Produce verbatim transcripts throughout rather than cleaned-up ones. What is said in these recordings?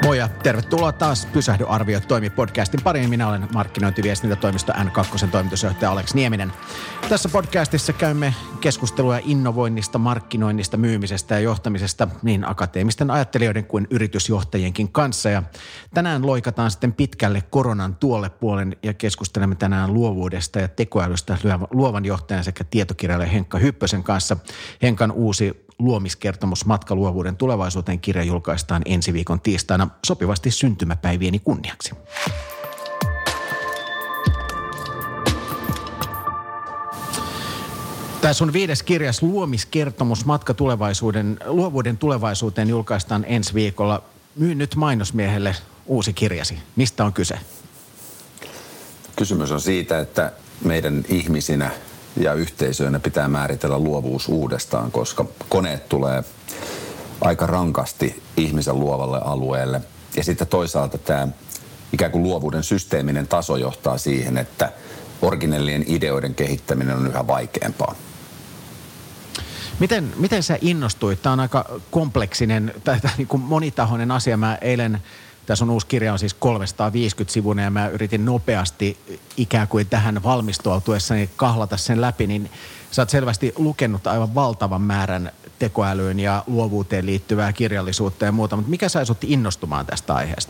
Moi ja tervetuloa taas Pysähdy arviot toimi podcastin pariin. Minä olen markkinointiviestintätoimisto N kaksi toimitusjohtaja Aleksi Nieminen. Tässä podcastissa käymme keskustelua innovoinnista, markkinoinnista, myymisestä ja johtamisesta niin akateemisten ajattelijoiden kuin yritysjohtajienkin kanssa. Ja tänään loikataan sitten pitkälle koronan tuolle puolen ja keskustelemme tänään luovuudesta ja tekoälystä luovan johtajan sekä tietokirjailijan Henkka Hyppösen kanssa. Henkan uusi luomiskertomus Matka luovuuden tulevaisuuteen -kirja julkaistaan ensi viikon tiistaina sopivasti syntymäpäivieni kunniaksi. Tämä sun viides kirjas Luomiskertomus Matka tulevaisuuden, luovuuden tulevaisuuteen julkaistaan ensi viikolla. Myy nyt mainosmiehelle uusi kirjasi. Mistä on kyse? Kysymys on siitä, että meidän ihmisinä ja yhteisöinä pitää määritellä luovuus uudestaan, koska koneet tulee aika rankasti ihmisen luovalle alueelle. Ja sitten toisaalta tämä ikään kuin luovuuden systeeminen taso johtaa siihen, että originellien ideoiden kehittäminen on yhä vaikeampaa. Miten, miten sä innostuit? Tämä on aika kompleksinen tai, tai niin kuin monitahoinen asia. Mä eilen, tässä on uusi kirja, on siis kolmesataaviisikymmentä sivuinen ja mä yritin nopeasti ikään kuin tähän valmistautuessani kahlata sen läpi, niin sä oot selvästi lukenut aivan valtavan määrän tekoälyyn ja luovuuteen liittyvää kirjallisuutta ja muuta, mutta mikä sai sut innostumaan tästä aiheesta?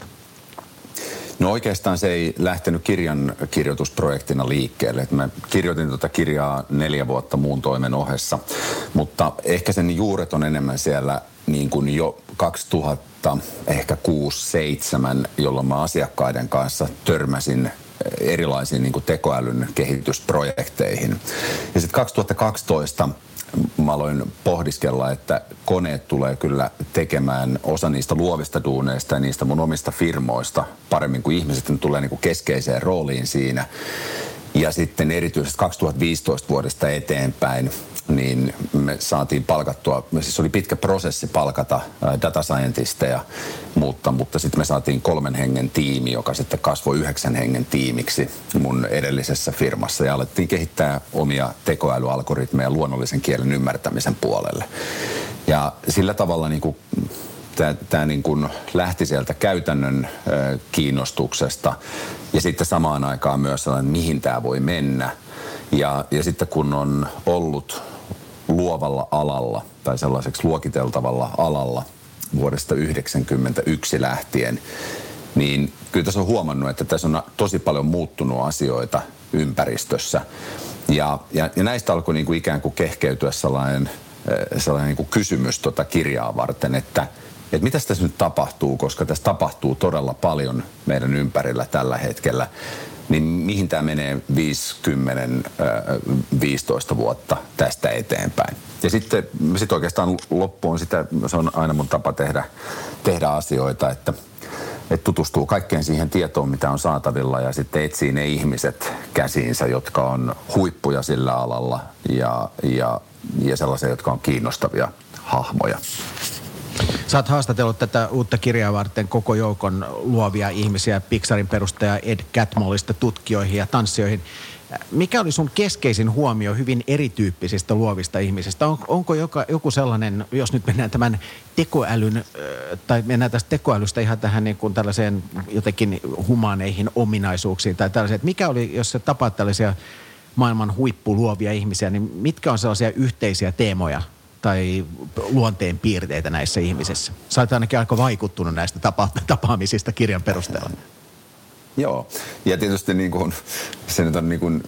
No oikeastaan se ei lähtenyt kirjan kirjoitusprojektina liikkeelle. Et mä kirjoitin tuota kirjaa neljä vuotta muun toimen ohessa, mutta ehkä sen juuret on enemmän siellä niin kuin jo kaksituhatta, ehkä kuusi seitsemän, jolloin mä asiakkaiden kanssa törmäsin erilaisiin niin kuin tekoälyn kehitysprojekteihin. Ja sitten kaksituhattakaksitoista mä aloin pohdiskella, että koneet tulee kyllä tekemään osa niistä luovista duuneista ja niistä mun omista firmoista paremmin kuin ihmiset, ne tulee niin kuin keskeiseen rooliin siinä. Ja sitten erityisesti kaksituhattaviisitoista vuodesta eteenpäin, niin me saatiin palkattua, siis oli pitkä prosessi palkata data scientisteja, mutta, mutta sitten me saatiin kolmen hengen tiimi, joka sitten kasvoi yhdeksän hengen tiimiksi mun edellisessä firmassa ja alettiin kehittää omia tekoälyalgoritmeja luonnollisen kielen ymmärtämisen puolelle. Ja sillä tavalla niin kuin tämä niin kuin lähti sieltä käytännön ö, kiinnostuksesta ja sitten samaan aikaan myös sellainen, mihin tämä voi mennä. Ja, ja sitten kun on ollut luovalla alalla tai sellaiseksi luokiteltavalla alalla vuodesta yhdeksänkymmentäyksi lähtien, niin kyllä tässä on huomannut, että tässä on tosi paljon muuttunut asioita ympäristössä. Ja, ja, ja näistä alkoi niin kuin ikään kuin kehkeytyä sellainen, sellainen niin kuin kysymys tuota kirjaa varten, että että mitä tässä nyt tapahtuu, koska tässä tapahtuu todella paljon meidän ympärillä tällä hetkellä, niin mihin tämä menee viisikymmentä viisitoista vuotta tästä eteenpäin. Ja sitten sit oikeastaan loppuun sitä, se on aina mun tapa tehdä, tehdä asioita, että, että tutustuu kaikkeen siihen tietoon, mitä on saatavilla ja sitten etsii ne ihmiset käsiinsä, jotka on huippuja sillä alalla ja, ja, ja sellaisia, jotka on kiinnostavia hahmoja. Sä oot haastatellut tätä uutta kirjaa varten koko joukon luovia ihmisiä, Pixarin perustaja Ed Catmullista tutkijoihin ja tanssijoihin. Mikä oli sun keskeisin huomio hyvin erityyppisistä luovista ihmisistä? On, onko joka, joku sellainen, jos nyt mennään tämän tekoälyn, tai mennään tästä tekoälystä ihan tähän niin kuin tällaiseen jotenkin humaneihin ominaisuuksiin tai tällaiseen, että mikä oli, jos sä tapaat tällaisia maailman huippuluovia ihmisiä, niin mitkä on sellaisia yhteisiä teemoja tai luonteen piirteitä näissä ihmisissä? Sä olet ainakin aika vaikuttunut näistä tapa- tapaamisista kirjan perusteella. Joo, ja tietysti niin kuin, se nyt on niin kuin,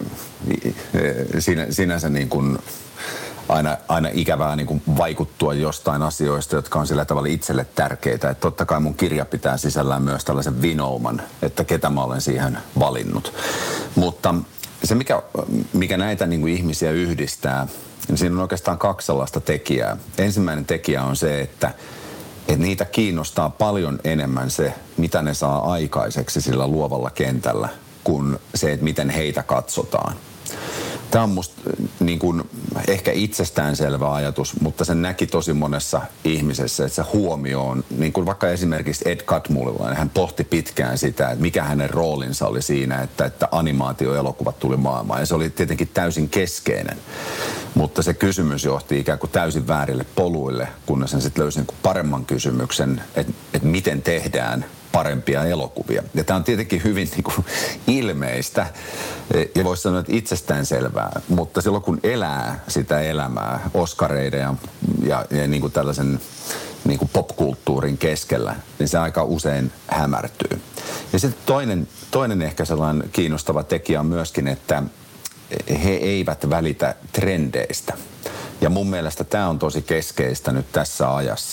sinä, sinänsä niin kuin aina, aina ikävää niin kuin vaikuttua jostain asioista, jotka on sillä tavalla itselle tärkeitä. Että totta kai mun kirja pitää sisällään myös tällaisen vinouman, että ketä mä olen siihen valinnut. Mutta se, mikä, mikä näitä niin kuin ihmisiä yhdistää, niin siinä on oikeastaan kaksi sellaista tekijää. Ensimmäinen tekijä on se, että, että niitä kiinnostaa paljon enemmän se, mitä ne saa aikaiseksi sillä luovalla kentällä, kuin se, että miten heitä katsotaan. Tämä on musta niin kuin ehkä itsestäänselvä ajatus, mutta se näki tosi monessa ihmisessä, että se huomio on, niin kuin vaikka esimerkiksi Ed Catmullilla, niin hän pohti pitkään sitä, että mikä hänen roolinsa oli siinä, että, että animaatioelokuvat tuli maailmaan. Ja se oli tietenkin täysin keskeinen, mutta se kysymys johti ikään kuin täysin väärille poluille, kunnes hän sitten löysi niin kuin paremman kysymyksen, että, että miten tehdään parempia elokuvia. Ja tämä on tietenkin hyvin niin kuin ilmeistä ja voisi sanoa, että itsestäänselvää, mutta silloin kun elää sitä elämää Oscareiden ja, ja, ja niin kuin tällaisen niin kuin popkulttuurin keskellä, niin se aika usein hämärtyy. Ja sitten toinen, toinen ehkä sellainen kiinnostava tekijä on myöskin, että he eivät välitä trendeistä. Ja mun mielestä tämä on tosi keskeistä nyt tässä ajassa,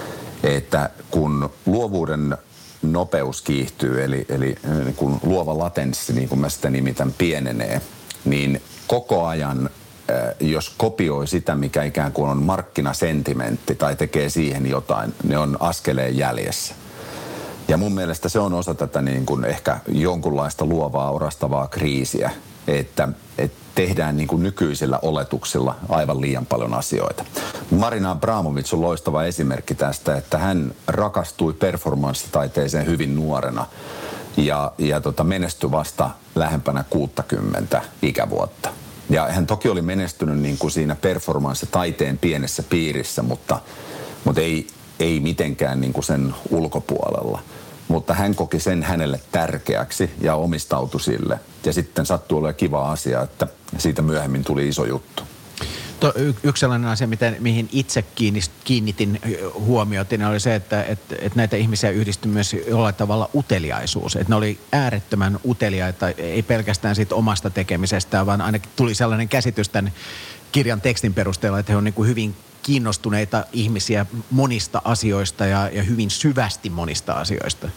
että kun luovuuden nopeus kiihtyy, eli, eli kun luova latenssi, niin kuin mä sitä nimitän, pienenee, niin koko ajan, jos kopioi sitä, mikä ikään kuin on markkinasentimentti tai tekee siihen jotain, ne on askeleen jäljessä. Ja mun mielestä se on osa tätä niin kuin ehkä jonkunlaista luovaa, orastavaa kriisiä, että, että tehdään niin kuin nykyisillä oletuksilla aivan liian paljon asioita. Marina Abramovic on loistava esimerkki tästä, että hän rakastui performanssitaiteeseen hyvin nuorena ja, ja tota, menestyi vasta lähempänä kuusikymmentä ikävuotta. Ja hän toki oli menestynyt niin kuin siinä performanssitaiteen pienessä piirissä, mutta, mutta ei, ei mitenkään niin kuin sen ulkopuolella. Mutta hän koki sen hänelle tärkeäksi ja omistautui sille. Ja sitten sattui olemaan kiva asia, että siitä myöhemmin tuli iso juttu. To, y- yksi sellainen asia, miten, mihin itse kiinnitin huomiota, niin oli se, että et, et näitä ihmisiä yhdistyi myös jollain tavalla uteliaisuus. Että ne oli äärettömän uteliaita, ei pelkästään siitä omasta tekemisestään, vaan ainakin tuli sellainen käsitys tämän kirjan tekstin perusteella, että he on niin kuin hyvin kiinnostuneita ihmisiä monista asioista ja, ja hyvin syvästi monista asioista.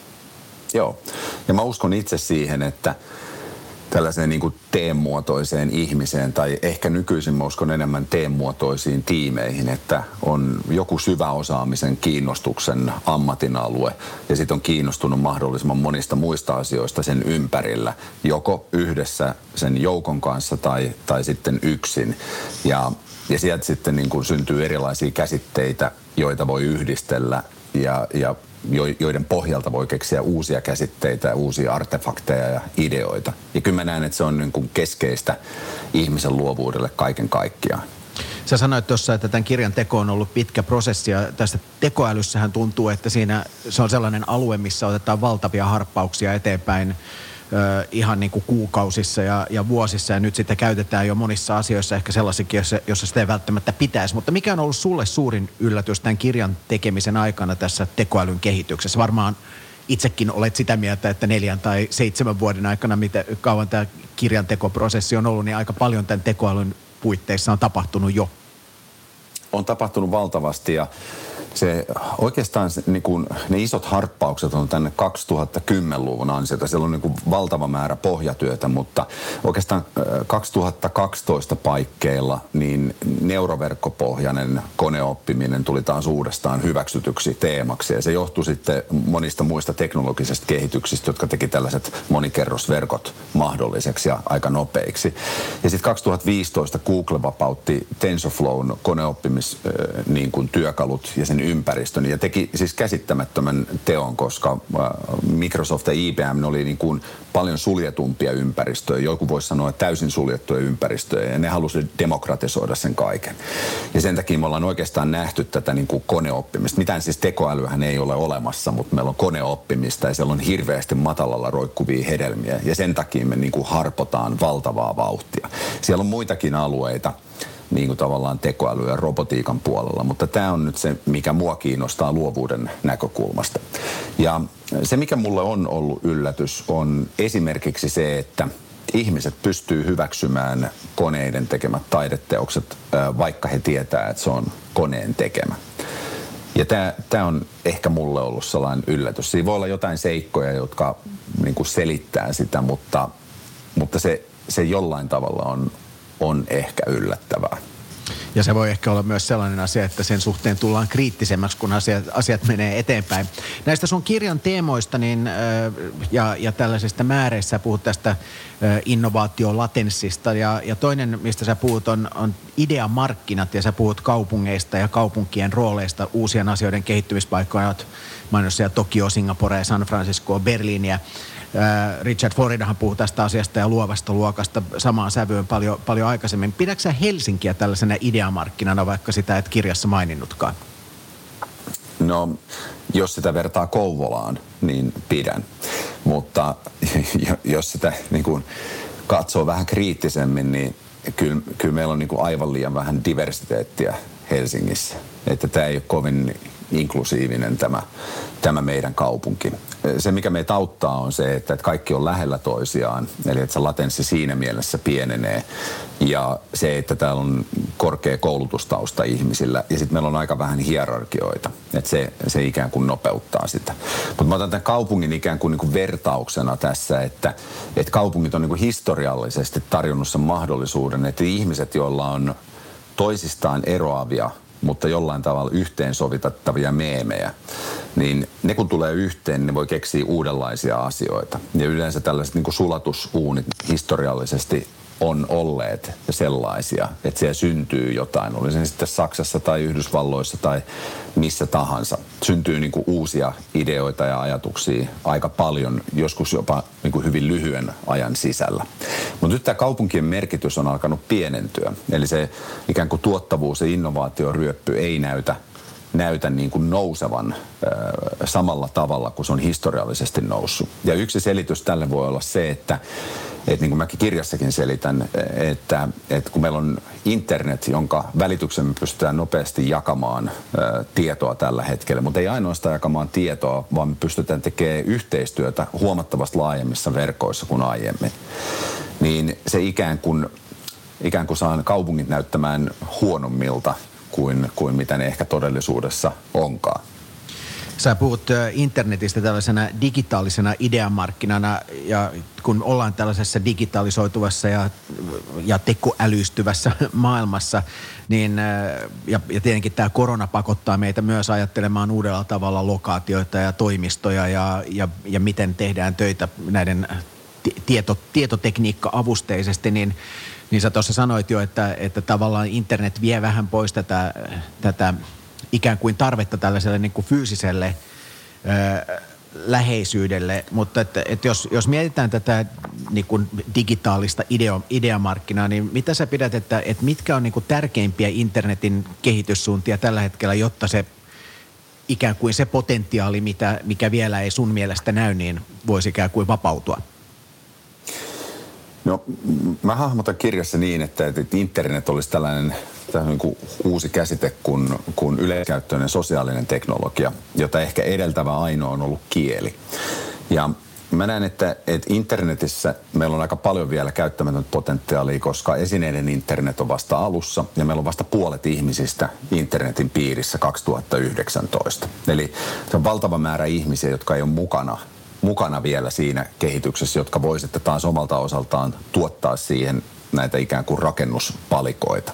Joo, ja mä uskon itse siihen, että tällaiseen niin kuin teemuotoiseen ihmiseen, tai ehkä nykyisin mä uskon enemmän teemuotoisiin tiimeihin, että on joku syvä osaamisen, kiinnostuksen ammatin alue, ja sitten on kiinnostunut mahdollisimman monista muista asioista sen ympärillä, joko yhdessä sen joukon kanssa tai, tai sitten yksin. Ja, ja sieltä sitten niin kuin syntyy erilaisia käsitteitä, joita voi yhdistellä, ja, ja joiden pohjalta voi keksiä uusia käsitteitä, uusia artefakteja ja ideoita. Ja kyllä mä näen, että se on niin kuin keskeistä ihmisen luovuudelle kaiken kaikkiaan. Sä sanoit tuossa, että tämän kirjan teko on ollut pitkä prosessi ja tästä tekoälyssähän tuntuu, että siinä se on sellainen alue, missä otetaan valtavia harppauksia eteenpäin ö, ihan niin kuin kuukausissa ja, ja vuosissa ja nyt sitä käytetään jo monissa asioissa, ehkä sellaisikin, jossa, jossa sitä ei välttämättä pitäisi. Mutta mikä on ollut sulle suurin yllätys tämän kirjan tekemisen aikana tässä tekoälyn kehityksessä? Varmaan itsekin olet sitä mieltä, että neljän tai seitsemän vuoden aikana, mitä kauan tämä kirjan tekoprosessi on ollut, niin aika paljon tämän tekoälyn puitteissa on tapahtunut jo. On tapahtunut valtavasti ja se oikeastaan se, niin kuin, ne isot harppaukset on tänne kaksituhattakymmenluvun ansiota. Siellä on niin kuin valtava määrä pohjatyötä, mutta oikeastaan kaksituhattakaksitoista paikkeilla niin neuroverkkopohjainen koneoppiminen tuli taas uudestaan hyväksytyksi teemaksi. Ja se johtui sitten monista muista teknologisista kehityksistä, jotka teki tällaiset monikerrosverkot mahdolliseksi ja aika nopeiksi. Ja sitten kaksituhattaviisitoista Google vapautti TensorFlown koneoppimis niin kuin työkalut ja sen ympäristön ja teki siis käsittämättömän teon, koska Microsoft ja I B M oli niin kuin paljon suljetumpia ympäristöjä. Joku voisi sanoa täysin suljettuja ympäristöjä ja ne halusivat demokratisoida sen kaiken. Ja sen takia me ollaan oikeastaan nähty tätä niin kuin koneoppimista. Mitään siis tekoälyhän ei ole olemassa, mutta meillä on koneoppimista ja siellä on hirveästi matalalla roikkuvia hedelmiä ja sen takia me niin kuin harpotaan valtavaa vauhtia. Siellä on muitakin alueita, niin kuin tavallaan tekoäly- ja robotiikan puolella, mutta tämä on nyt se, mikä mua kiinnostaa luovuuden näkökulmasta. Ja se, mikä mulle on ollut yllätys, on esimerkiksi se, että ihmiset pystyy hyväksymään koneiden tekemät taideteokset, vaikka he tietää, että se on koneen tekemä. Ja tämä, tämä on ehkä mulle ollut sellainen yllätys. Siinä voi olla jotain seikkoja, jotka niin kuin selittää sitä, mutta, mutta se, se jollain tavalla on on ehkä yllättävää. Ja se voi ehkä olla myös sellainen asia, että sen suhteen tullaan kriittisemmäksi, kun asiat, asiat menee eteenpäin. Näistä sun kirjan teemoista niin, ja, ja tällaisista määreissä puhut tästä innovaatiolatenssista ja, ja toinen, mistä sä puhut, on, on ideamarkkinat ja sä puhut kaupungeista ja kaupunkien rooleista uusien asioiden kehittymispaikkoja. Olet maininnut siellä Tokio, Singapore, San Francisco, Berliiniä. Richard Floridahan puhui tästä asiasta ja luovasta luokasta samaan sävyyn paljon, paljon aikaisemmin. Pidätkö sä Helsinkiä tällaisena ideamarkkinana, vaikka sitä et kirjassa maininnutkaan? No, jos sitä vertaa Kouvolaan, niin pidän. Mutta jos sitä niin kuin katsoo vähän kriittisemmin, niin kyllä, kyllä meillä on niin kuin aivan liian vähän diversiteettiä Helsingissä. Että tämä ei ole kovin inklusiivinen tämä, tämä meidän kaupunki. Se, mikä meitä auttaa, on se, että kaikki on lähellä toisiaan, eli että se latenssi siinä mielessä pienenee. Ja se, että täällä on korkea koulutustausta ihmisillä, ja sitten meillä on aika vähän hierarkioita, että se, se ikään kuin nopeuttaa sitä. Mutta mä otan tämän kaupungin ikään kuin, niin kuin vertauksena tässä, että, että kaupungit on niin kuin historiallisesti tarjonnut sen mahdollisuuden, että ihmiset, joilla on toisistaan eroavia, mutta jollain tavalla yhteensovitettavia meemejä, niin ne kun tulee yhteen, niin ne voi keksiä uudenlaisia asioita. Ja yleensä tällaiset niin kuin sulatusuunit historiallisesti on olleet sellaisia, että siellä syntyy jotain. Oli se sitten Saksassa tai Yhdysvalloissa tai missä tahansa. Syntyy niin kuin uusia ideoita ja ajatuksia aika paljon, joskus jopa niin kuin hyvin lyhyen ajan sisällä. Mutta nyt tämä kaupunkien merkitys on alkanut pienentyä. Eli se ikään kuin tuottavuus ja innovaatioryöppy ei näytä näytä niin kuin nousevan ö, samalla tavalla kuin se on historiallisesti noussut. Ja yksi selitys tälle voi olla se, että et niin kuin mäkin kirjassakin selitän, että, että kun meillä on internet, jonka välityksen me pystytään nopeasti jakamaan ö, tietoa tällä hetkellä, mutta ei ainoastaan jakamaan tietoa, vaan me pystytään tekemään yhteistyötä huomattavasti laajemmissa verkoissa kuin aiemmin, niin se ikään kuin, ikään kuin saa kaupungit näyttämään huonommilta kuin, kuin mitä ne ehkä todellisuudessa onkaan. Sä puhut internetistä tällaisena digitaalisena ideamarkkinana, ja kun ollaan tällaisessa digitalisoituvassa ja, ja tekoälystyvässä maailmassa, niin ja, ja tietenkin tämä korona pakottaa meitä myös ajattelemaan uudella tavalla lokaatioita ja toimistoja ja, ja, ja miten tehdään töitä näiden tieto, tietotekniikka-avusteisesti, niin Niin sä tuossa sanoit jo, että, että tavallaan internet vie vähän pois tätä, tätä ikään kuin tarvetta tällaiselle niin kuin fyysiselle ö, läheisyydelle, mutta että, että jos, jos mietitään tätä niin kuin digitaalista ideo, ideamarkkinaa, niin mitä sä pidät, että, että mitkä on niin kuin tärkeimpiä internetin kehityssuuntia tällä hetkellä, jotta se ikään kuin se potentiaali, mitä, mikä vielä ei sun mielestä näy, niin voisi ikään kuin vapautua? No, mä hahmotan kirjassa niin, että, että internet olisi tällainen, tällainen niin kuin uusi käsite kuin, kuin yleiskäyttöinen sosiaalinen teknologia, jota ehkä edeltävä ainoa on ollut kieli. Ja mä näen, että, että internetissä meillä on aika paljon vielä käyttämätöntä potentiaalia, koska esineiden internet on vasta alussa ja meillä on vasta puolet ihmisistä internetin piirissä kaksituhattayhdeksäntoista. Eli se on valtava määrä ihmisiä, jotka ei ole mukana mukana vielä siinä kehityksessä, jotka voisitte taas omalta osaltaan tuottaa siihen näitä ikään kuin rakennuspalikoita.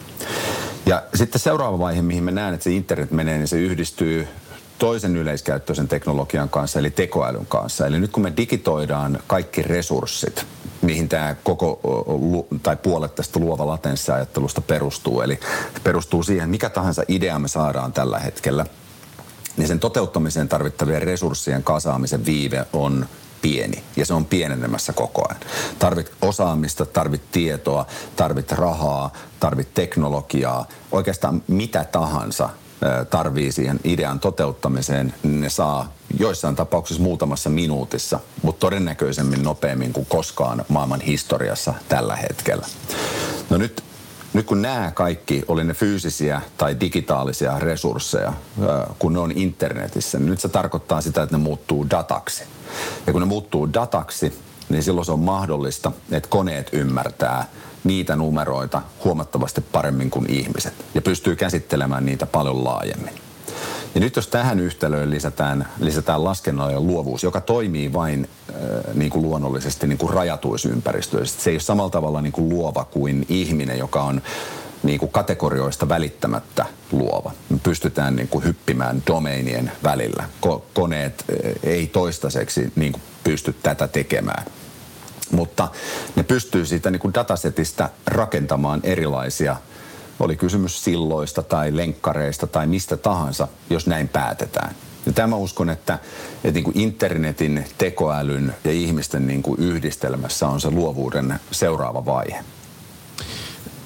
Ja sitten seuraava vaihe, mihin mä näen, että se internet menee, niin se yhdistyy toisen yleiskäyttöisen teknologian kanssa, eli tekoälyn kanssa. Eli nyt kun me digitoidaan kaikki resurssit, mihin tämä koko, tai puolet tästä luova latenssiajattelusta perustuu, eli perustuu siihen, mikä tahansa idea me saadaan tällä hetkellä, niin sen toteuttamiseen tarvittavien resurssien kasaamisen viive on pieni ja se on pienenemässä koko ajan. Tarvit osaamista, tarvit tietoa, tarvit rahaa, tarvit teknologiaa, oikeastaan mitä tahansa tarvii siihen idean toteuttamiseen, niin ne saa joissain tapauksissa muutamassa minuutissa, mutta todennäköisemmin nopeammin kuin koskaan maailman historiassa tällä hetkellä. No nyt Nyt kun nämä kaikki, oli ne fyysisiä tai digitaalisia resursseja, kun ne on internetissä, niin nyt se tarkoittaa sitä, että ne muuttuu dataksi. Ja kun ne muuttuu dataksi, niin silloin se on mahdollista, että koneet ymmärtää niitä numeroita huomattavasti paremmin kuin ihmiset ja pystyy käsittelemään niitä paljon laajemmin. Ja nyt jos tähän yhtälöön lisätään, lisätään laskennallinen luovuus, joka toimii vain äh, niin kuin luonnollisesti niin kuin rajatuissa ympäristöissä. Se ei ole samalla tavalla niin kuin luova kuin ihminen, joka on niin kuin kategorioista välittämättä luova. Me pystytään niin kuin hyppimään domeinien välillä. Ko- koneet äh, ei toistaiseksi niin kuin pysty tätä tekemään. Mutta ne pystyy siitä niin kuin datasetistä rakentamaan erilaisia, oli kysymys silloista tai lenkkareista tai mistä tahansa, jos näin päätetään. Ja tämä uskon, että, että niin kuin internetin, tekoälyn ja ihmisten niin kuin yhdistelmässä on se luovuuden seuraava vaihe.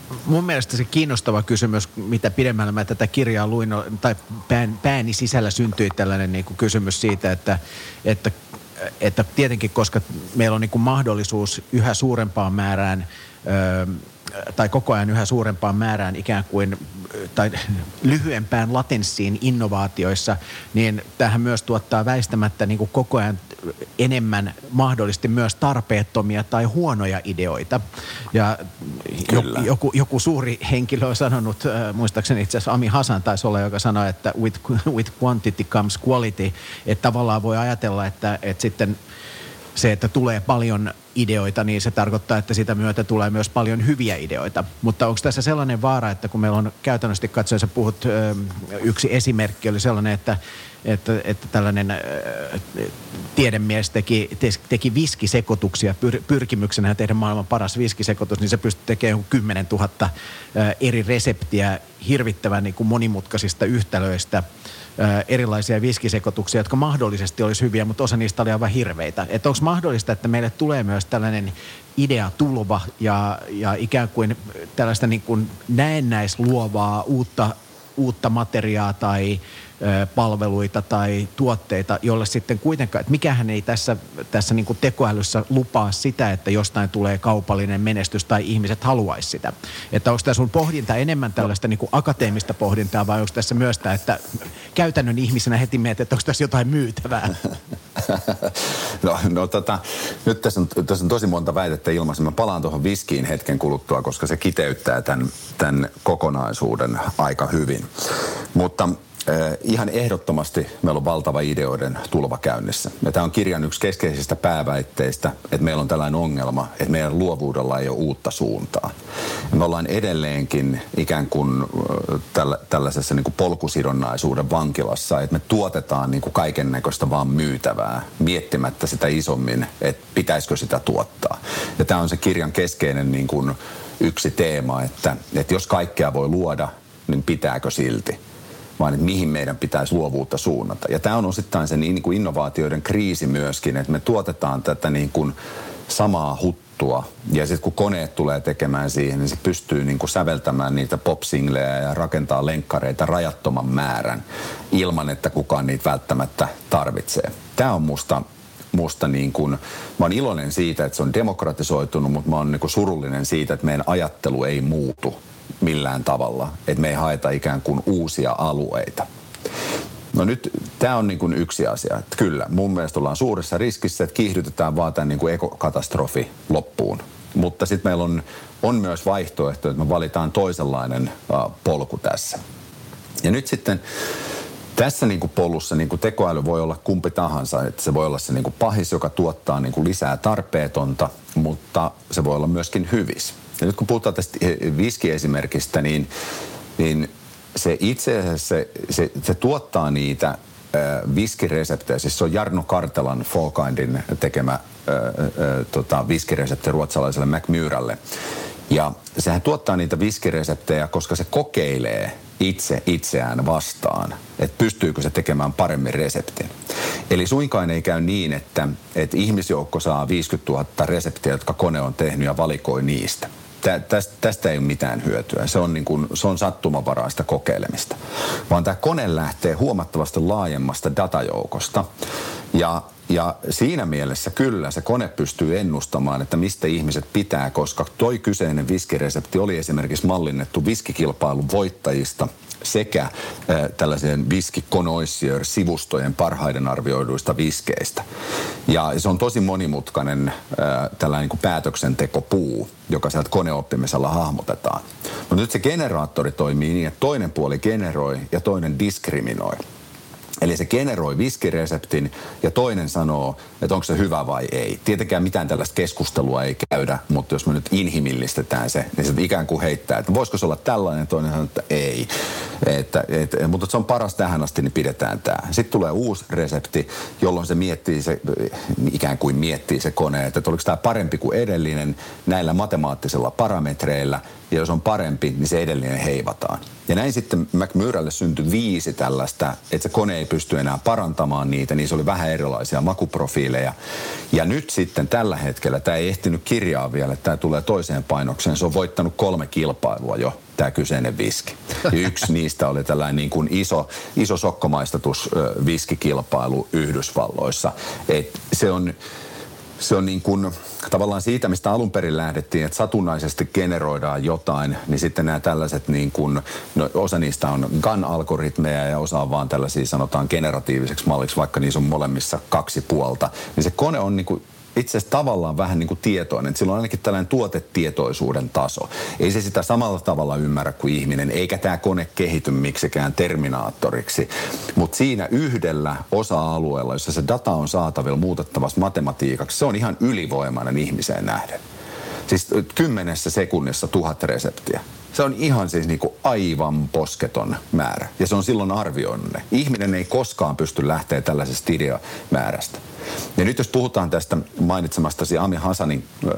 Mun mielestä se kiinnostava kysymys, mitä pidemmällä mä tätä kirjaa luin, tai pään, pääni sisällä syntyi tällainen niin kuin kysymys siitä, että, että, että tietenkin koska meillä on niin kuin mahdollisuus yhä suurempaan määrään, ö, tai koko ajan yhä suurempaan määrään ikään kuin, tai lyhyempään latenssiin innovaatioissa, niin tämähän myös tuottaa väistämättä niin kuin koko ajan enemmän mahdollisesti myös tarpeettomia tai huonoja ideoita. Ja joku, joku suuri henkilö on sanonut, äh, muistaakseni itse asiassa Ami Hasan taisi olla, joka sanoi, että with, with quantity comes quality, että tavallaan voi ajatella, että, että sitten se, että tulee paljon ideoita, niin se tarkoittaa, että sitä myötä tulee myös paljon hyviä ideoita. Mutta onko tässä sellainen vaara, että kun meillä on käytännössä katsoen, sä puhut, yksi esimerkki oli sellainen, että, että, että tällainen tiedemies teki, teki viskisekoituksia pyr, pyrkimyksenä tehdä maailman paras viskisekoitus, niin se pystyi tekemään kymmenen tuhatta eri reseptiä hirvittävän niin kuin monimutkaisista yhtälöistä, erilaisia viskisekoituksia, jotka mahdollisesti olisi hyviä, mutta osa niistä oli aivan hirveitä. Että onko mahdollista, että meille tulee myös tällainen ideatulva ja, ja ikään kuin tällaista niin kuin näennäisluovaa uutta, uutta materiaa tai ö, palveluita tai tuotteita, jolle sitten kuitenkaan, että mikähän ei tässä, tässä niin kuin tekoälyssä lupaa sitä, että jostain tulee kaupallinen menestys tai ihmiset haluaisi sitä. Että onko tämä sun pohdinta enemmän tällaista niin kuin akateemista pohdintaa vai onko tässä myös tämä, että käytännön ihmisenä heti mietit, että onko tässä jotain myytävää? No, no tota, nyt tässä on, tässä on tosi monta väitettä ilmassa. Mä palaan tuohon viskiin hetken kuluttua, koska se kiteyttää tämän, tämän kokonaisuuden aika hyvin. Mutta eh, ihan ehdottomasti meillä on valtava ideoiden tulva käynnissä. Ja tämä on kirjan yksi keskeisistä pääväitteistä, että meillä on tällainen ongelma, että meidän luovuudella ei ole uutta suuntaa. Ja me ollaan edelleenkin ikään kuin äh, tällä, tällaisessa niin kuin polkusidonnaisuuden vankilassa, että me tuotetaan niin kuin kaiken näköistä vaan myytävää, miettimättä sitä isommin, että pitäisikö sitä tuottaa. Ja tämä on se kirjan keskeinen niin kuin yksi teema, että, että jos kaikkea voi luoda, niin pitääkö silti? Vaan että mihin meidän pitäisi luovuutta suunnata. Ja tämä on osittain se niin kuin innovaatioiden kriisi myöskin, että me tuotetaan tätä niin kuin samaa huttua. Ja sitten kun koneet tulee tekemään siihen, niin se pystyy niin kuin säveltämään niitä pop-singlejä ja rakentaa lenkkareita rajattoman määrän ilman, että kukaan niitä välttämättä tarvitsee. Tämä on musta... Musta niin kuin, mä oon iloinen siitä, että se on demokratisoitunut, mutta mä oon niin kuin surullinen siitä, että meidän ajattelu ei muutu millään tavalla. Että me ei haeta ikään kuin uusia alueita. No nyt tämä on niin kuin yksi asia. Että kyllä, mun mielestä ollaan suuressa riskissä, että kiihdytetään vaan tämän niin kuin ekokatastrofi loppuun. Mutta sitten meillä on, on myös vaihtoehto, että me valitaan toisenlainen uh, polku tässä. Ja nyt sitten... Tässä niin kuin polussa niin kuin tekoäly voi olla kumpi tahansa, että se voi olla se niin kuin pahis, joka tuottaa niin kuin lisää tarpeetonta, mutta se voi olla myöskin hyvis. Ja nyt kun puhutaan tästä viskiesimerkistä, niin, niin se itse asiassa se, se, se tuottaa niitä äh, viskireseptejä. Siis se on Jarno Kartelan Folkindin tekemä äh, äh, tota, viskiresepti ruotsalaiselle Macmyralle. Ja sehän tuottaa niitä viskireseptejä, koska se kokeilee itse itseään vastaan, että pystyykö se tekemään paremmin reseptin. Eli suinkaan ei käy niin, että, että ihmisjoukko saa viisikymmentätuhatta reseptiä, jotka kone on tehnyt ja valikoi niistä. Tä, tästä, tästä ei ole mitään hyötyä. Se on, niin kuin, se on sattumavaraista kokeilemista. Vaan tämä kone lähtee huomattavasti laajemmasta datajoukosta ja Ja siinä mielessä kyllä se kone pystyy ennustamaan, että mistä ihmiset pitää, koska toi kyseinen viskiresepti oli esimerkiksi mallinnettu viskikilpailun voittajista sekä äh, tällaisen viskiconnoisseur-sivustojen parhaiden arvioiduista viskeistä. Ja se on tosi monimutkainen äh, tällainen niin kuin päätöksentekopuu, joka sieltä koneoppimisella hahmotetaan. Mutta nyt se generaattori toimii niin, että toinen puoli generoi ja toinen diskriminoi. Eli se generoi viskireseptin ja toinen sanoo, että onko se hyvä vai ei. Tietenkään mitään tällaista keskustelua ei käydä, mutta jos me nyt inhimillistetään se, niin se ikään kuin heittää, että voisiko se olla tällainen, toinen sanoo, että ei. Että, et, mutta se on paras tähän asti, niin pidetään tämä. Sitten tulee uusi resepti, jolloin se miettii se, ikään kuin miettii se kone, että oliko tämä parempi kuin edellinen näillä matemaattisilla parametreillä, ja jos on parempi, niin se edellinen heivataan. Ja näin sitten McMurralle syntyi viisi tällaista, että se kone ei pysty enää parantamaan niitä, niin se oli vähän erilaisia makuprofiileja. Ja nyt sitten tällä hetkellä, tämä ei ehtinyt kirjaa vielä, että tämä tulee toiseen painokseen, se on voittanut kolme kilpailua jo, tämä kyseinen viski. Ja yksi niistä oli tällainen niin kuin iso, iso sokkomaistatus viskikilpailu Yhdysvalloissa. Et se on... Se on niin kuin tavallaan siitä, mistä alun perin lähdettiin, että satunnaisesti generoidaan jotain, niin sitten nämä tällaiset niin kuin, no osa niistä on G A N-algoritmeja ja osa on vaan tällaisia sanotaan generatiiviseksi malliksi, vaikka niissä on molemmissa kaksi puolta. Niin se kone on niin kuin itse asiassa tavallaan vähän niin kuin tietoinen, että sillä on ainakin tällainen tuotetietoisuuden taso. Ei se sitä samalla tavalla ymmärrä kuin ihminen, eikä tämä kone kehity miksikään terminaattoriksi. Mutta siinä yhdellä osa-alueella, jossa se data on saatavilla muutettavassa matematiikaksi, se on ihan ylivoimainen ihmiseen nähden. Siis kymmenessä sekunnissa tuhat reseptiä. Se on ihan siis niinku aivan posketon määrä. Ja se on silloin arvioinut ne. Ihminen ei koskaan pysty lähteä tällaisesta ideamäärästä. Ja nyt jos puhutaan tästä mainitsemastasi Ami Hassanin äh,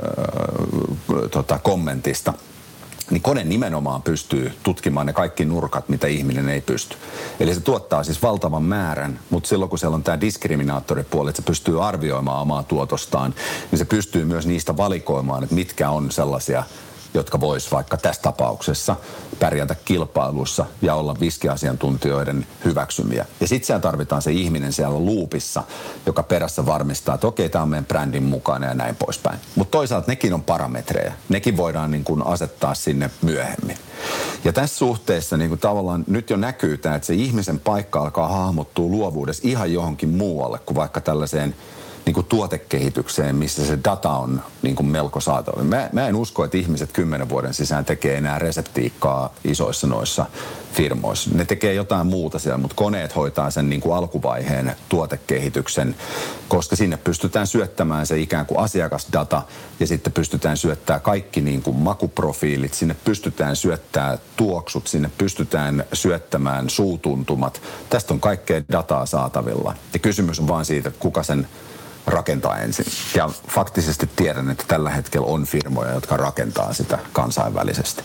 tota, kommentista, niin kone nimenomaan pystyy tutkimaan ne kaikki nurkat, mitä ihminen ei pysty. Eli se tuottaa siis valtavan määrän, mutta silloin kun siellä on tämä diskriminaattoripuoli, että se pystyy arvioimaan omaa tuotostaan, niin se pystyy myös niistä valikoimaan, että mitkä on sellaisia, jotka vois vaikka tässä tapauksessa pärjätä kilpailussa ja olla viskiasiantuntijoiden hyväksymiä. Ja sitten siellä tarvitaan se ihminen siellä loopissa, joka perässä varmistaa, että okei, tämä on meidän brändin mukainen ja näin poispäin. Mutta toisaalta nekin on parametreja. Nekin voidaan niin kuin asettaa sinne myöhemmin. Ja tässä suhteessa niin kuin tavallaan nyt jo näkyy tämä, että se ihmisen paikka alkaa hahmottua luovuudessa ihan johonkin muualle kuin vaikka tällaiseen niin kuin tuotekehitykseen, missä se data on niin kuin melko saatavilla. Mä, mä en usko, että ihmiset kymmenen vuoden sisään tekee enää reseptiikkaa isoissa noissa firmoissa. Ne tekee jotain muuta siellä, mutta koneet hoitaa sen niin kuin alkuvaiheen tuotekehityksen, koska sinne pystytään syöttämään se ikään kuin asiakasdata ja sitten pystytään syöttämään kaikki niin kuin makuprofiilit, sinne pystytään syöttämään tuoksut, sinne pystytään syöttämään suutuntumat. Tästä on kaikkea dataa saatavilla. Ja kysymys on vaan siitä, että kuka sen rakentaa ensin. Ja faktisesti tiedän, että tällä hetkellä on firmoja, jotka rakentaa sitä kansainvälisesti.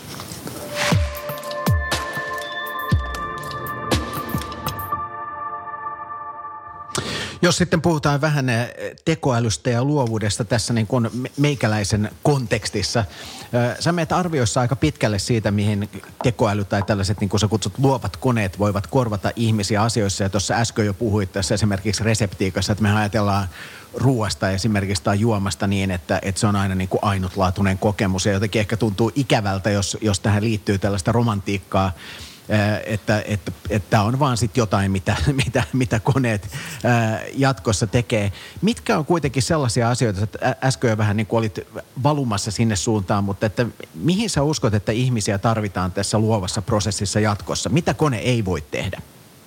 Jos sitten puhutaan vähän tekoälystä ja luovuudesta tässä niin kuin meikäläisen kontekstissa. Sä menet arvioissa aika pitkälle siitä, mihin tekoäly tai tällaiset, niin kuin sä kutsut, luovat koneet voivat korvata ihmisiä asioissa. Ja tuossa äsken jo puhuit tässä esimerkiksi reseptiikassa, että me ajatellaan ruoasta esimerkiksi tai juomasta niin, että, että se on aina niin kuin ainutlaatuinen kokemus. Ja jotenkin ehkä tuntuu ikävältä, jos, jos tähän liittyy tällaista romantiikkaa, että, että, että on vaan sitten jotain, mitä, mitä, mitä koneet ää, jatkossa tekee. Mitkä on kuitenkin sellaisia asioita, että äsken jo vähän niin kuin olit valumassa sinne suuntaan, mutta että mihin sä uskot, että ihmisiä tarvitaan tässä luovassa prosessissa jatkossa? Mitä kone ei voi tehdä?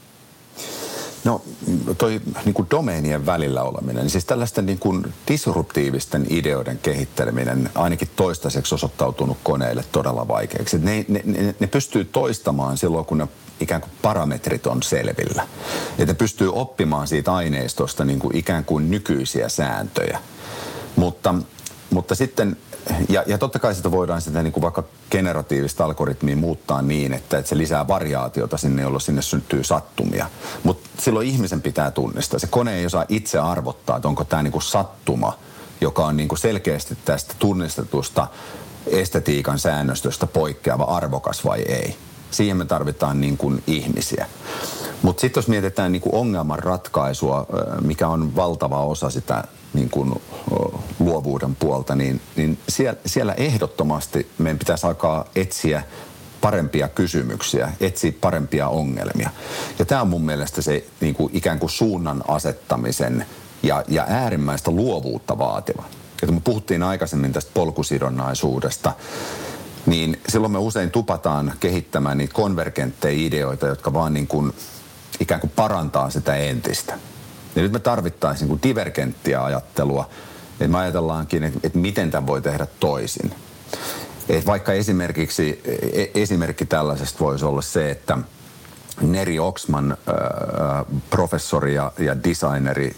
No toi niin kuin domeenien välillä oleminen, niin siis tällaisten niin kuin disruptiivisten ideoiden kehitteleminen ainakin toistaiseksi osoittautunut koneille todella vaikeaksi. Ne, ne, ne, ne pystyy toistamaan silloin, kun ne ikään kuin parametrit on selvillä. Ja ne pystyy oppimaan siitä aineistosta niin kuin ikään kuin nykyisiä sääntöjä. Mutta, mutta sitten, ja, ja totta kai sitä voidaan sitä niin kuin vaikka generatiivista algoritmia muuttaa niin, että, että se lisää variaatiota sinne, jolloin sinne syntyy sattumia. Mutta silloin ihmisen pitää tunnistaa. Se kone ei osaa itse arvottaa, että onko tämä niin kuin sattuma, joka on niin kuin selkeästi tästä tunnistetusta estetiikan säännöstöstä poikkeava arvokas vai ei. Siihen me tarvitaan niin kuin ihmisiä. Mutta sitten jos mietitään niin kuin ongelman ratkaisua, mikä on valtava osa sitä niin kuin luovuuden puolta, niin, niin siellä, siellä ehdottomasti meidän pitäisi alkaa etsiä parempia kysymyksiä, etsiä parempia ongelmia. Ja tämä on mun mielestä se niin kuin ikään kuin suunnan asettamisen ja, ja äärimmäistä luovuutta vaativa. Ja kun me puhuttiin aikaisemmin tästä polkusidonnaisuudesta, niin silloin me usein tupataan kehittämään niitä konvergentteja ideoita, jotka vaan niin kuin ikään kuin parantaa sitä entistä. Ja nyt me tarvittaisiin niin kuin divergenttiä ajattelua, että me ajatellaankin, että, että miten tämän voi tehdä toisin. Et vaikka esimerkiksi, esimerkki tällaisesta voisi olla se, että Neri Oxman, äh, professori ja, ja designeri,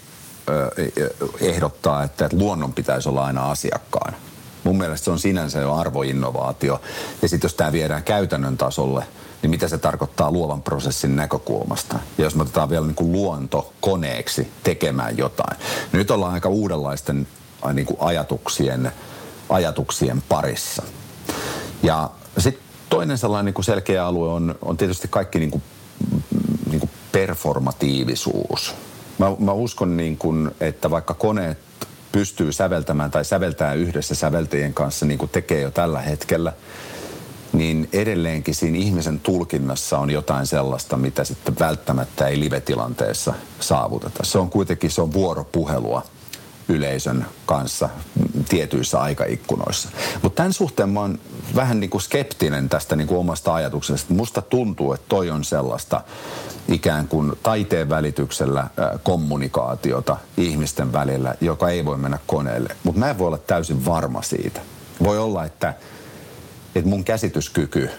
äh, ehdottaa, että, että luonnon pitäisi olla aina asiakkaana. Mun mielestä se on sinänsä jo arvoinnovaatio. Ja sitten jos tämä viedään käytännön tasolle, niin mitä se tarkoittaa luovan prosessin näkökulmasta. Ja jos me otetaan vielä niin kuin luonto koneeksi tekemään jotain. Nyt ollaan aika uudenlaisten niin kuin ajatuksien, ajatuksien parissa. Ja sitten toinen sellainen niin kuin selkeä alue on, on tietysti kaikki niin kuin, niin kuin performatiivisuus. Mä, mä uskon, niin kuin, että vaikka koneet pystyy säveltämään tai säveltää yhdessä säveltäjien kanssa, niin kuin tekee jo tällä hetkellä, niin edelleenkin siinä ihmisen tulkinnassa on jotain sellaista, mitä sitten välttämättä ei live-tilanteessa saavuteta. Se on kuitenkin se on vuoropuhelua yleisön kanssa tietyissä aikaikkunoissa. Mutta tämän suhteen mä oon vähän niin kuin skeptinen tästä niin kuin omasta ajatuksesta. Musta tuntuu, että toi on sellaista ikään kuin taiteen välityksellä äh, kommunikaatiota ihmisten välillä, joka ei voi mennä koneelle. Mutta mä en voi olla täysin varma siitä. Voi olla, että, että mun käsityskyky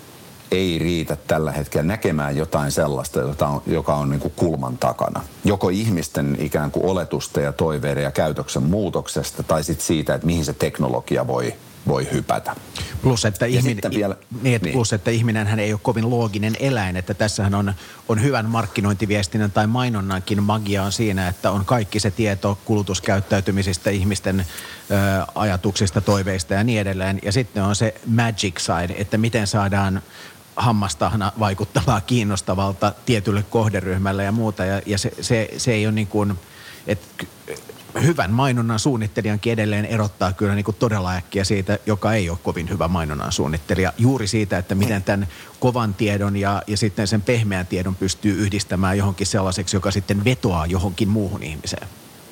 ei riitä tällä hetkellä näkemään jotain sellaista, jota on, joka on niin kuin kulman takana. Joko ihmisten ikään kuin oletusta ja toiveiden ja käytöksen muutoksesta, tai sitten siitä, että mihin se teknologia voi, voi hypätä. Plus, että, ihmin, vielä, niin, että niin. plus, että ihminenhän ei ole kovin looginen eläin, että tässähän on, on hyvän markkinointiviestinnän tai mainonnankin magia on siinä, että on kaikki se tieto kulutuskäyttäytymisistä, ihmisten ö, ajatuksista, toiveista ja niin edelleen. Ja sitten on se magic side, että miten saadaan hammastahna vaikuttavaa, kiinnostavalta tietylle kohderyhmälle ja muuta. Ja, ja se, se, se ei ole niin kuin, että hyvän mainonnan suunnittelijankin edelleen erottaa kyllä niin kuin todella äkkiä siitä, joka ei ole kovin hyvä mainonnan suunnittelija. Juuri siitä, että miten tämän kovan tiedon ja, ja sitten sen pehmeän tiedon pystyy yhdistämään johonkin sellaiseksi, joka sitten vetoaa johonkin muuhun ihmiseen.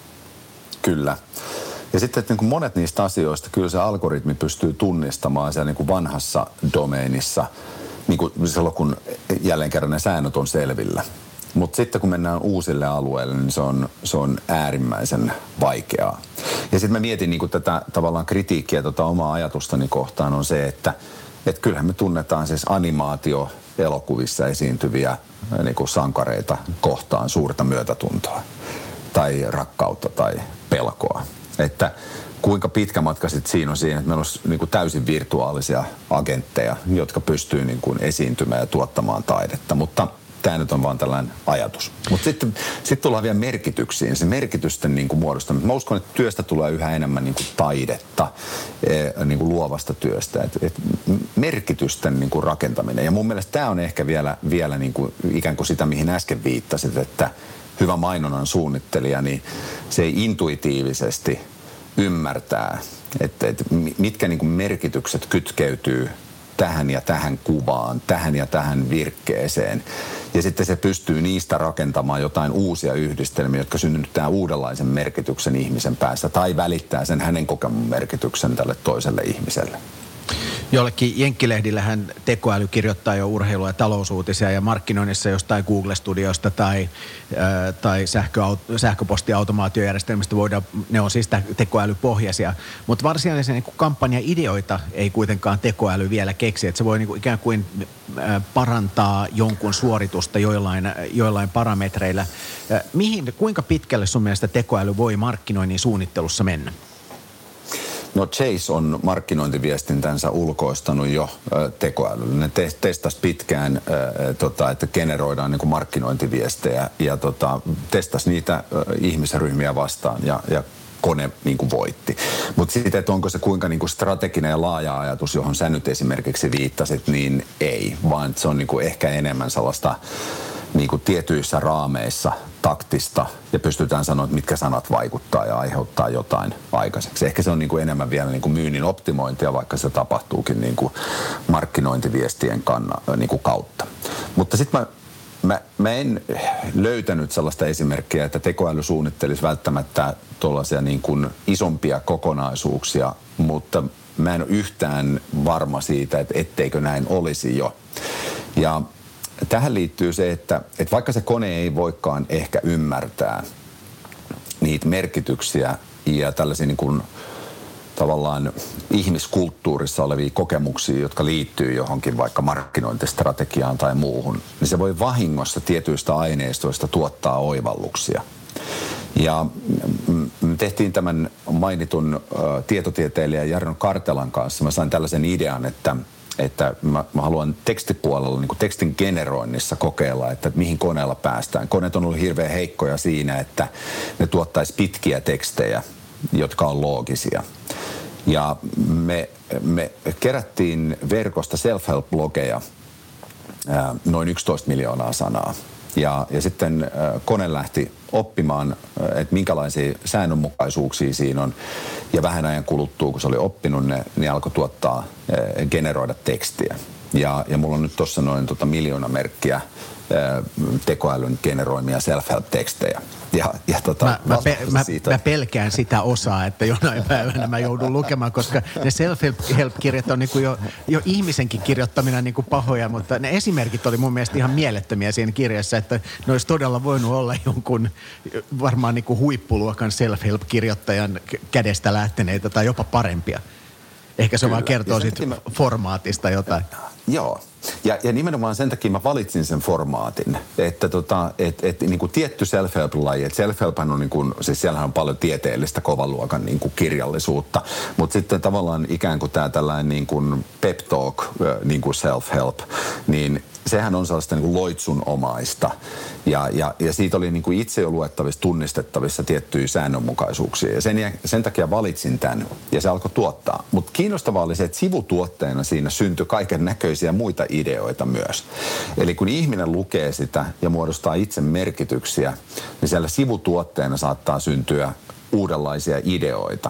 Kyllä. Ja sitten että niin kuin monet niistä asioista kyllä se algoritmi pystyy tunnistamaan siellä niin kuin vanhassa domeenissa, niin kuin silloin kun jälleen kerran ne säännöt on selvillä. Mutta sitten kun mennään uusille alueille, niin se on, se on äärimmäisen vaikeaa. Ja sitten mä mietin niin kuin tätä tavallaan kritiikkiä tota omaa ajatustani kohtaan on se, että et kyllähän me tunnetaan siis animaatioelokuvissa esiintyviä niin kuin sankareita kohtaan suurta myötätuntoa tai rakkautta tai pelkoa. Että kuinka pitkä matka sitten siinä on siihen, että meillä olisi niin kuin täysin virtuaalisia agentteja, jotka pystyy niin kuin esiintymään ja tuottamaan taidetta, mutta tämä nyt on vaan tällainen ajatus. Mutta sitten sit tullaan vielä merkityksiin, se merkitysten niin kuin muodostaminen. Mä uskon, että työstä tulee yhä enemmän niin kuin taidetta, niin kuin luovasta työstä. Et, et merkitysten niin kuin rakentaminen. Ja mun mielestä tämä on ehkä vielä, vielä niin kuin ikään kuin sitä, mihin äsken viittasit, että hyvä mainonnan suunnittelija, niin se ei intuitiivisesti ymmärtää, että, että mitkä niin kuin merkitykset kytkeytyy tähän ja tähän kuvaan, tähän ja tähän virkkeeseen. Ja sitten se pystyy niistä rakentamaan jotain uusia yhdistelmiä, jotka synnyttää uudenlaisen merkityksen ihmisen päässä tai välittää sen hänen kokemun merkityksen tälle toiselle ihmiselle. Jollekin jenkkilehdillähän tekoäly kirjoittaa jo urheilu- ja talousuutisia ja markkinoinnissa jostain Google-studiosta tai, äh, tai sähköaut- sähköpostiautomaatiojärjestelmistä voidaan, ne on siis tekoälypohjaisia. Mutta varsinaisen niin kampanja-ideoita ei kuitenkaan tekoäly vielä keksi, että se voi niin kuin ikään kuin äh, parantaa jonkun suoritusta joillain, joillain parametreillä. Äh, mihin, kuinka pitkälle sun mielestä tekoäly voi markkinoinnin suunnittelussa mennä? No Chase on markkinointiviestintänsä ulkoistanut jo äh, tekoälylle. Ne te- testasi pitkään, äh, tota, että generoidaan niin kuin markkinointiviestejä ja tota, testasi niitä äh, ihmisryhmiä vastaan ja, ja kone niin kuin voitti. Mutta sitten, että onko se kuinka niin kuin strateginen ja laaja ajatus, johon sä nyt esimerkiksi viittasit, niin ei. Vaan se on niin kuin ehkä enemmän sellaista niin kuin tietyissä raameissa taktista ja pystytään sanoa, että mitkä sanat vaikuttaa ja aiheuttaa jotain aikaiseksi. Ehkä se on niin kuin enemmän vielä niin kuin myynnin optimointia, vaikka se tapahtuukin niin kuin markkinointiviestien kanna, niin kuin kautta. Mutta sitten mä, mä, mä en löytänyt sellaista esimerkkiä, että tekoäly suunnittelisi välttämättä tuollaisia niin kuin isompia kokonaisuuksia, mutta mä en ole yhtään varma siitä, että etteikö näin olisi jo. Ja tähän liittyy se, että, että vaikka se kone ei voikaan ehkä ymmärtää niitä merkityksiä ja tällaisia niin kuin tavallaan ihmiskulttuurissa olevia kokemuksia, jotka liittyy johonkin vaikka markkinointistrategiaan tai muuhun, niin se voi vahingossa tietyistä aineistoista tuottaa oivalluksia. Ja me tehtiin tämän mainitun uh, tietotieteilijä Jarno Kartelan kanssa. Mä sain tällaisen idean, että, että mä, mä haluan tekstipuolella, niin kuin tekstin generoinnissa kokeilla, että mihin koneella päästään. Koneet on ollut hirveän heikkoja siinä, että ne tuottaisi pitkiä tekstejä, jotka on loogisia. Ja me, me kerättiin verkosta self-help-blogeja ää, noin yksitoista miljoonaa sanaa. Ja, ja sitten ää, kone lähti oppimaan, että minkälaisia säännönmukaisuuksia siinä on. Ja vähän ajan kuluttua, kun se oli oppinut ne, niin alkoi tuottaa, ää, generoida tekstiä. Ja, ja mulla on nyt tuossa noin tota miljoona merkkiä tekoälyn generoimia self-help-tekstejä. Ja, ja tota, mä, mä, pe- mä, mä pelkään sitä osaa, että jonain päivänä mä joudun lukemaan, koska ne self-help-kirjat on niinku jo, jo ihmisenkin kirjoittamina niinku pahoja, mutta ne esimerkit oli mun mielestä ihan mielettömiä siinä kirjassa, että ne olisi todella voinut olla jonkun varmaan niinku huippuluokan self-help-kirjoittajan kädestä lähteneitä tai jopa parempia. Ehkä se Kyllä. vaan kertoo siitä mä... formaatista jotain. Joo. Ja, ja nimenomaan sen takia mä valitsin sen formaatin, että tota, et, et, niin kuin tietty self-help-laji, että self-help on niin kuin, siis siellähän on paljon tieteellistä kovan luokan niin kuin kirjallisuutta, mutta sitten tavallaan ikään kuin tämä tällainen niin kuin pep talk, niin kuin self-help, niin sehän on sellaista niin kuin loitsunomaista. Ja, ja, ja siitä oli niin kuin itse jo luettavissa, tunnistettavissa tiettyjä säännönmukaisuuksia. Ja sen, sen takia valitsin tämän ja se alkoi tuottaa. Mutta kiinnostavaa oli se, että sivutuotteena siinä syntyi kaiken näköisiä muita ideoita myös. Eli kun ihminen lukee sitä ja muodostaa itse merkityksiä, niin siellä sivutuotteena saattaa syntyä uudenlaisia ideoita.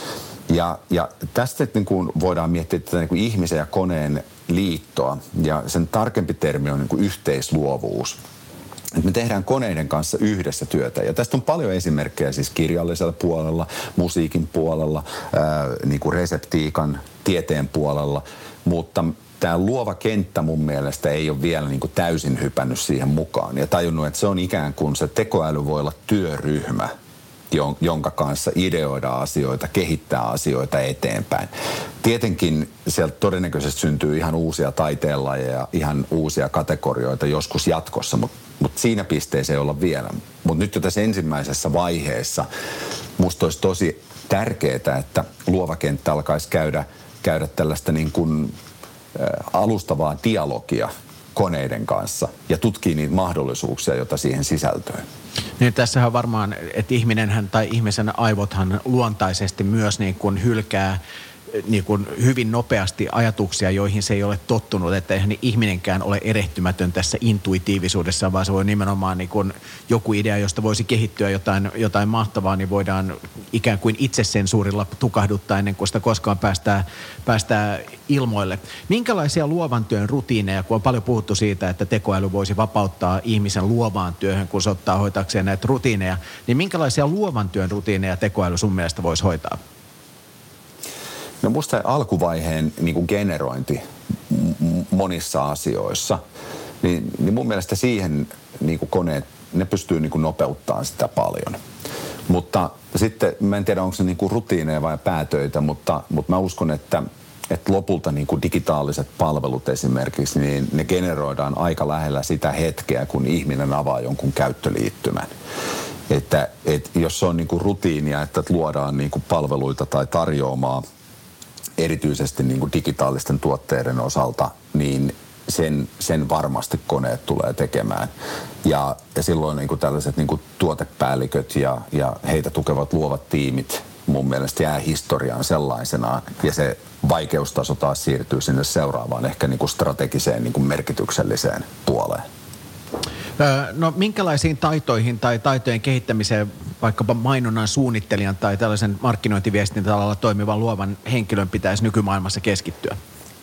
Ja, ja tästä niin kuin voidaan miettiä tätä niin kuin ihmisen ja koneen liittoa, ja sen tarkempi termi on niin kuin yhteisluovuus. Et me tehdään koneiden kanssa yhdessä työtä, ja tästä on paljon esimerkkejä siis kirjallisella puolella, musiikin puolella, ää, niin kuin reseptiikan, tieteen puolella, mutta tämä luova kenttä mun mielestä ei ole vielä niin kuin täysin hypännyt siihen mukaan, ja tajunnut, että se on ikään kuin se tekoäly voi olla työryhmä, jonka kanssa ideoidaan asioita, kehittää asioita eteenpäin. Tietenkin sieltä todennäköisesti syntyy ihan uusia taiteenlajeja, ihan uusia kategorioita joskus jatkossa, mutta mut siinä pisteessä ei olla vielä. Mutta nyt jo tässä ensimmäisessä vaiheessa musta olisi tosi tärkeää, että luova kenttä alkaisi käydä, käydä tällaista niin kuin, ä, alustavaa dialogia koneiden kanssa ja tutkii niitä mahdollisuuksia, joita siihen sisältyy. Niin tässähän varmaan, että ihminenhän tai ihmisen aivothan luontaisesti myös niin kuin hylkää niin kuin hyvin nopeasti ajatuksia, joihin se ei ole tottunut, että eihän ihminenkään ole erehtymätön tässä intuitiivisuudessa, vaan se voi nimenomaan niin kuin joku idea, josta voisi kehittyä jotain, jotain mahtavaa, niin voidaan ikään kuin itsesensuurilla tukahduttaa ennen kuin sitä koskaan päästää, päästää ilmoille. Minkälaisia luovan työn rutiineja, kun on paljon puhuttu siitä, että tekoäly voisi vapauttaa ihmisen luovaan työhön, kun se ottaa hoitaakseen näitä rutiineja, niin minkälaisia luovan työn rutiineja tekoäly sun mielestä voisi hoitaa? No musta alkuvaiheen niin kuin generointi monissa asioissa, niin, niin mun mielestä siihen niin kuin koneet, ne pystyy niin kuin nopeuttamaan sitä paljon. Mutta sitten, mä en tiedä onko se niin kuin rutiineja vai päätöitä, mutta, mutta mä uskon, että, että lopulta niin kuin digitaaliset palvelut esimerkiksi, niin ne generoidaan aika lähellä sitä hetkeä, kun ihminen avaa jonkun käyttöliittymän. Että, että jos se on niin kuin rutiinia, että luodaan niin kuin palveluita tai tarjoamaa, erityisesti niin kuin digitaalisten tuotteiden osalta, niin sen, sen varmasti koneet tulee tekemään. Ja, ja silloin niin kuin tällaiset niin kuin tuotepäälliköt ja, ja heitä tukevat luovat tiimit mun mielestä jää historiaan sellaisenaan. Ja se vaikeustaso taas siirtyy sinne seuraavaan ehkä niin kuin strategiseen niin kuin merkitykselliseen puoleen. No minkälaisiin taitoihin tai taitojen kehittämiseen vaikkapa mainonnan suunnittelijan tai tällaisen markkinointiviestintäalalla toimivan luovan henkilön pitäisi nykymaailmassa keskittyä?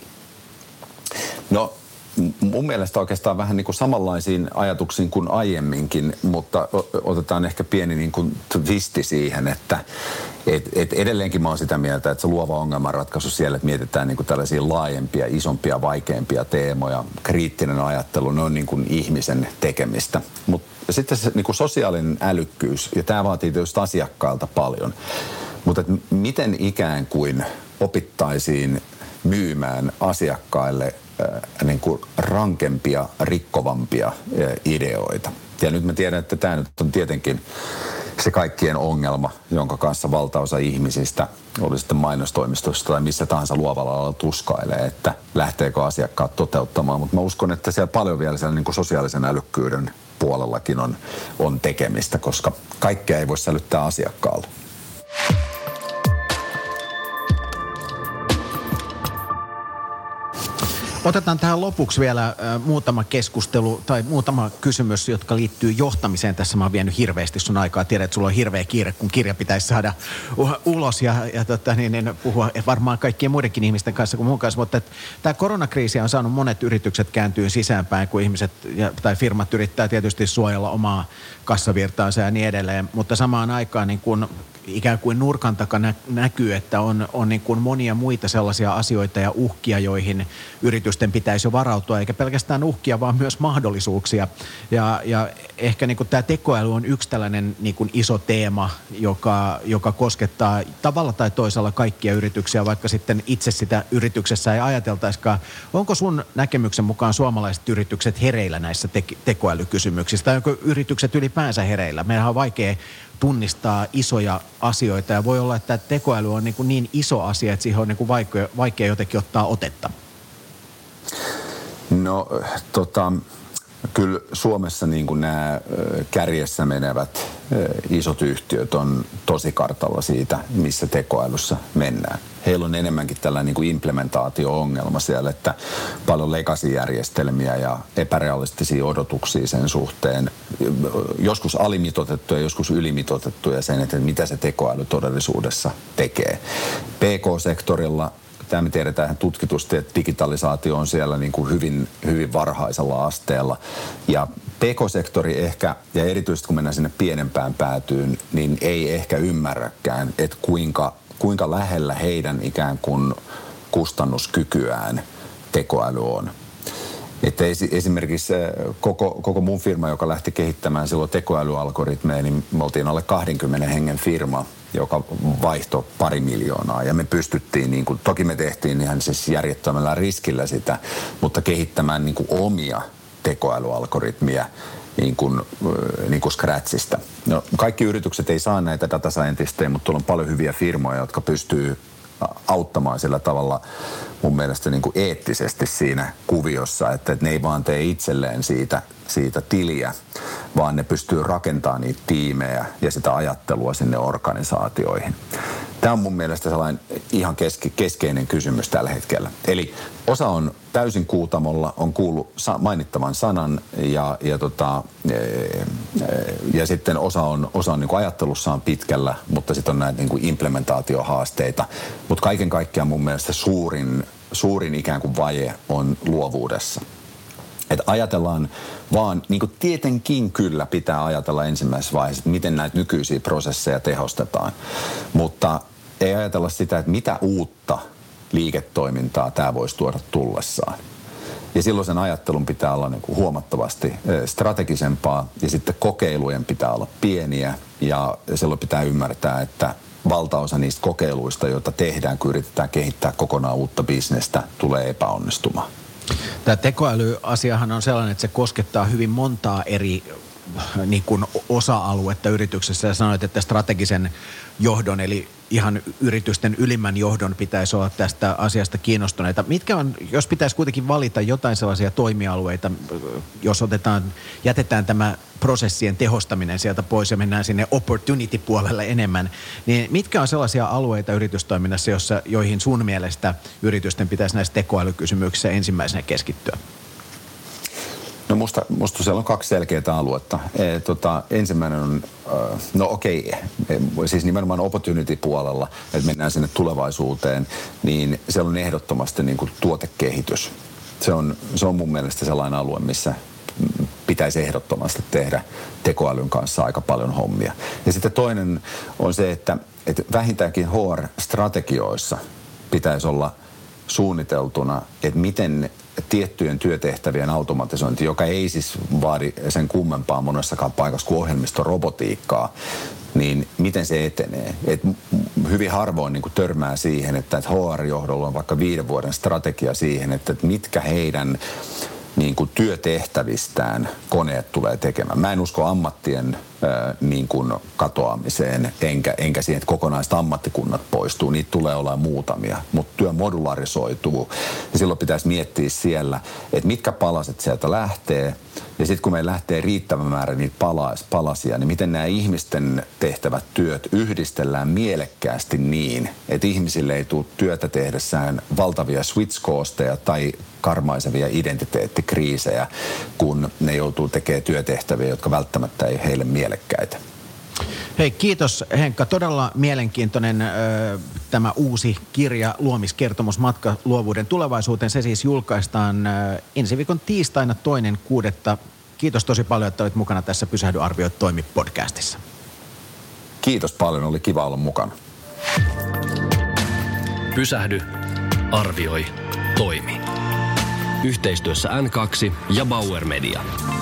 No mun mielestä oikeastaan vähän niin kuin samanlaisiin ajatuksiin kuin aiemminkin, mutta otetaan ehkä pieni niin kuin twisti siihen, että et, et edelleenkin mä oon sitä mieltä, että se luova ongelmanratkaisu siellä, että mietitään niin kuin tällaisia laajempia, isompia, vaikeampia teemoja, kriittinen ajattelu, ne on niin kuin ihmisen tekemistä. Mutta sitten se niin kuin sosiaalinen älykkyys, ja tämä vaatii tietysti asiakkailta paljon, Mutta miten ikään kuin opittaisiin myymään asiakkaille äh, niin kuin rankempia, rikkovampia äh, ideoita. Ja nyt mä tiedän, että tämä nyt on tietenkin se kaikkien ongelma, jonka kanssa valtaosa ihmisistä, oli sitten mainostoimistossa tai missä tahansa luovalla alalla tuskailee, että lähteekö asiakkaat toteuttamaan. Mutta mä uskon, että siellä paljon vielä siellä niin kuin sosiaalisen älykkyyden puolellakin on, on tekemistä, koska kaikkea ei voi sälyttää asiakkaalle. Otetaan tähän lopuksi vielä äh, muutama keskustelu tai muutama kysymys, jotka liittyy johtamiseen. Tässä mä oon vienyt hirveästi sun aikaa. Tiedät, että sulla on hirveä kiire, kun kirja pitäisi saada ulos ja, ja tota, niin, niin, puhua varmaan kaikkien muidenkin ihmisten kanssa kuin mun kanssa. Mutta tämä koronakriisi on saanut monet yritykset kääntyä sisäänpäin, kun ihmiset ja, tai firmat yrittää tietysti suojella omaa kassavirtaansa ja niin edelleen. Mutta samaan aikaan niin kun ikään kuin nurkan takana näkyy, että on, on niin kuin monia muita sellaisia asioita ja uhkia, joihin yritysten pitäisi jo varautua, eikä pelkästään uhkia, vaan myös mahdollisuuksia. Ja, ja ehkä niin kuin tämä tekoäly on yksi tällainen niin kuin iso teema, joka, joka koskettaa tavalla tai toisella kaikkia yrityksiä, vaikka sitten itse sitä yrityksessä ei ajateltaisikaan. Onko sun näkemyksen mukaan suomalaiset yritykset hereillä näissä te- tekoälykysymyksissä, tai onko yritykset ylipäänsä hereillä? Meidän on vaikea tunnistaa isoja asioita ja voi olla, että tekoäly on niin, kuin niin iso asia, että siihen on niin kuin vaikea, vaikea jotenkin ottaa otetta. No tota, kyllä Suomessa niin kuin nämä kärjessä menevät isot yhtiöt on tosi kartalla siitä, missä tekoälyssä mennään. Heillä on enemmänkin tällainen niin kuin implementaatio-ongelma siellä, että paljon legacy-järjestelmiä ja epärealistisia odotuksia sen suhteen. Joskus alimitoitettuja, joskus ylimitoitettuja sen, että mitä se tekoäly todellisuudessa tekee. P K-sektorilla tämä me tiedetään tutkitusti, että digitalisaatio on siellä niin kuin hyvin, hyvin varhaisella asteella. Ja P K-sektori ehkä, ja erityisesti kun mennään sinne pienempään päätyyn, niin ei ehkä ymmärräkään, että kuinka, kuinka lähellä heidän ikään kuin kustannuskykyään tekoäly on. Että esimerkiksi koko, koko mun firma, joka lähti kehittämään silloin tekoälyalgoritmeja, niin me oltiin alle kaksikymmentä hengen firma, joka vaihtoi pari miljoonaa. Ja me pystyttiin, niin kuin, toki me tehtiin ihan siis järjettömällä riskillä sitä, mutta kehittämään niin kuin omia tekoälyalgoritmia niin kuin, niin kuin scratchista. No, kaikki yritykset ei saa näitä data scientisteja, mutta tuolla on paljon hyviä firmoja, jotka pystyy auttamaan sillä tavalla mun mielestä niin kuin eettisesti siinä kuviossa, että, että ne ei vaan tee itselleen siitä, siitä tiliä, vaan ne pystyy rakentamaan niitä tiimejä ja sitä ajattelua sinne organisaatioihin. Tämä on mun mielestä sellainen ihan keske, keskeinen kysymys tällä hetkellä. Eli osa on täysin kuutamolla, on kuullut mainittavan sanan ja, ja, tota, ja sitten osa on, osa on niin kuin ajattelussaan pitkällä, mutta sitten on näitä niin kuin implementaatiohaasteita. Mutta kaiken kaikkiaan mun mielestä suurin, suurin ikään kuin vaje on luovuudessa. Että ajatellaan vaan, niin kuin tietenkin kyllä pitää ajatella ensimmäisessä vaiheessa, että miten näitä nykyisiä prosesseja tehostetaan. Mutta ei ajatella sitä, että mitä uutta liiketoimintaa tämä voisi tuoda tullessaan. Ja silloin sen ajattelun pitää olla niin kuin huomattavasti strategisempaa ja sitten kokeilujen pitää olla pieniä ja silloin pitää ymmärtää, että valtaosa niistä kokeiluista, joita tehdään, kun yritetään kehittää kokonaan uutta bisnestä, tulee epäonnistumaan. Tämä tekoälyasiahan on sellainen, että se koskettaa hyvin montaa eri niin kuin osa-aluetta yrityksessä ja sanoit, että strategisen johdon eli ihan yritysten ylimmän johdon pitäisi olla tästä asiasta kiinnostuneita. Mitkä on, jos pitäisi kuitenkin valita jotain sellaisia toimialueita, jos otetaan, jätetään tämä prosessien tehostaminen sieltä pois ja mennään sinne opportunity-puolelle enemmän, niin mitkä on sellaisia alueita yritystoiminnassa, jossa, joihin sun mielestä yritysten pitäisi näissä tekoälykysymyksissä ensimmäisenä keskittyä? No musta, musta siellä on kaksi selkeää aluetta. E, tota, ensimmäinen on, no okei, okay, siis nimenomaan opportunity-puolella, että mennään sinne tulevaisuuteen, niin siellä on ehdottomasti niin kuin tuotekehitys. Se on, se on mun mielestä sellainen alue, missä pitäisi ehdottomasti tehdä tekoälyn kanssa aika paljon hommia. Ja sitten toinen on se, että, että vähintäänkin H R-strategioissa pitäisi olla suunniteltuna, että miten tiettyjen työtehtävien automatisointi, joka ei siis vaadi sen kummempaa monessakaan paikassa kuin ohjelmistorobotiikkaa, niin miten se etenee. Et hyvin harvoin niin kuin törmää siihen, että, että H R-johdolla on vaikka viiden vuoden strategia siihen, että, että mitkä heidän niin kuin työtehtävistään koneet tulee tekemään. Mä en usko ammattien ää, niin kuin katoamiseen, enkä, enkä siihen, että kokonaiset ammattikunnat poistuu. Niitä tulee olla muutamia, mutta työ modularisoituu. Ja silloin pitäisi miettiä siellä, että mitkä palaset sieltä lähtee. Ja sitten kun meillä lähtee riittävä määrä niitä palas, palasia, niin miten nämä ihmisten tehtävät työt yhdistellään mielekkäästi niin, että ihmisille ei tule työtä tehdessään valtavia switch-koosteja tai karmaisevia identiteettikriisejä, kun ne joutuu tekemään työtehtäviä, jotka välttämättä ei heille mielekkäitä. Hei, kiitos Henkka. Todella mielenkiintoinen ö, tämä uusi kirja, luomiskertomus Matka luovuuden tulevaisuuteen. Se siis julkaistaan ö, ensi viikon tiistaina toinen kuudetta. Kiitos tosi paljon, että olit mukana tässä Pysähdy, arvioi, toimi -podcastissa. Kiitos paljon, oli kiva olla mukana. Pysähdy, arvioi, toimi. Yhteistyössä N kaksi ja Bauer Media.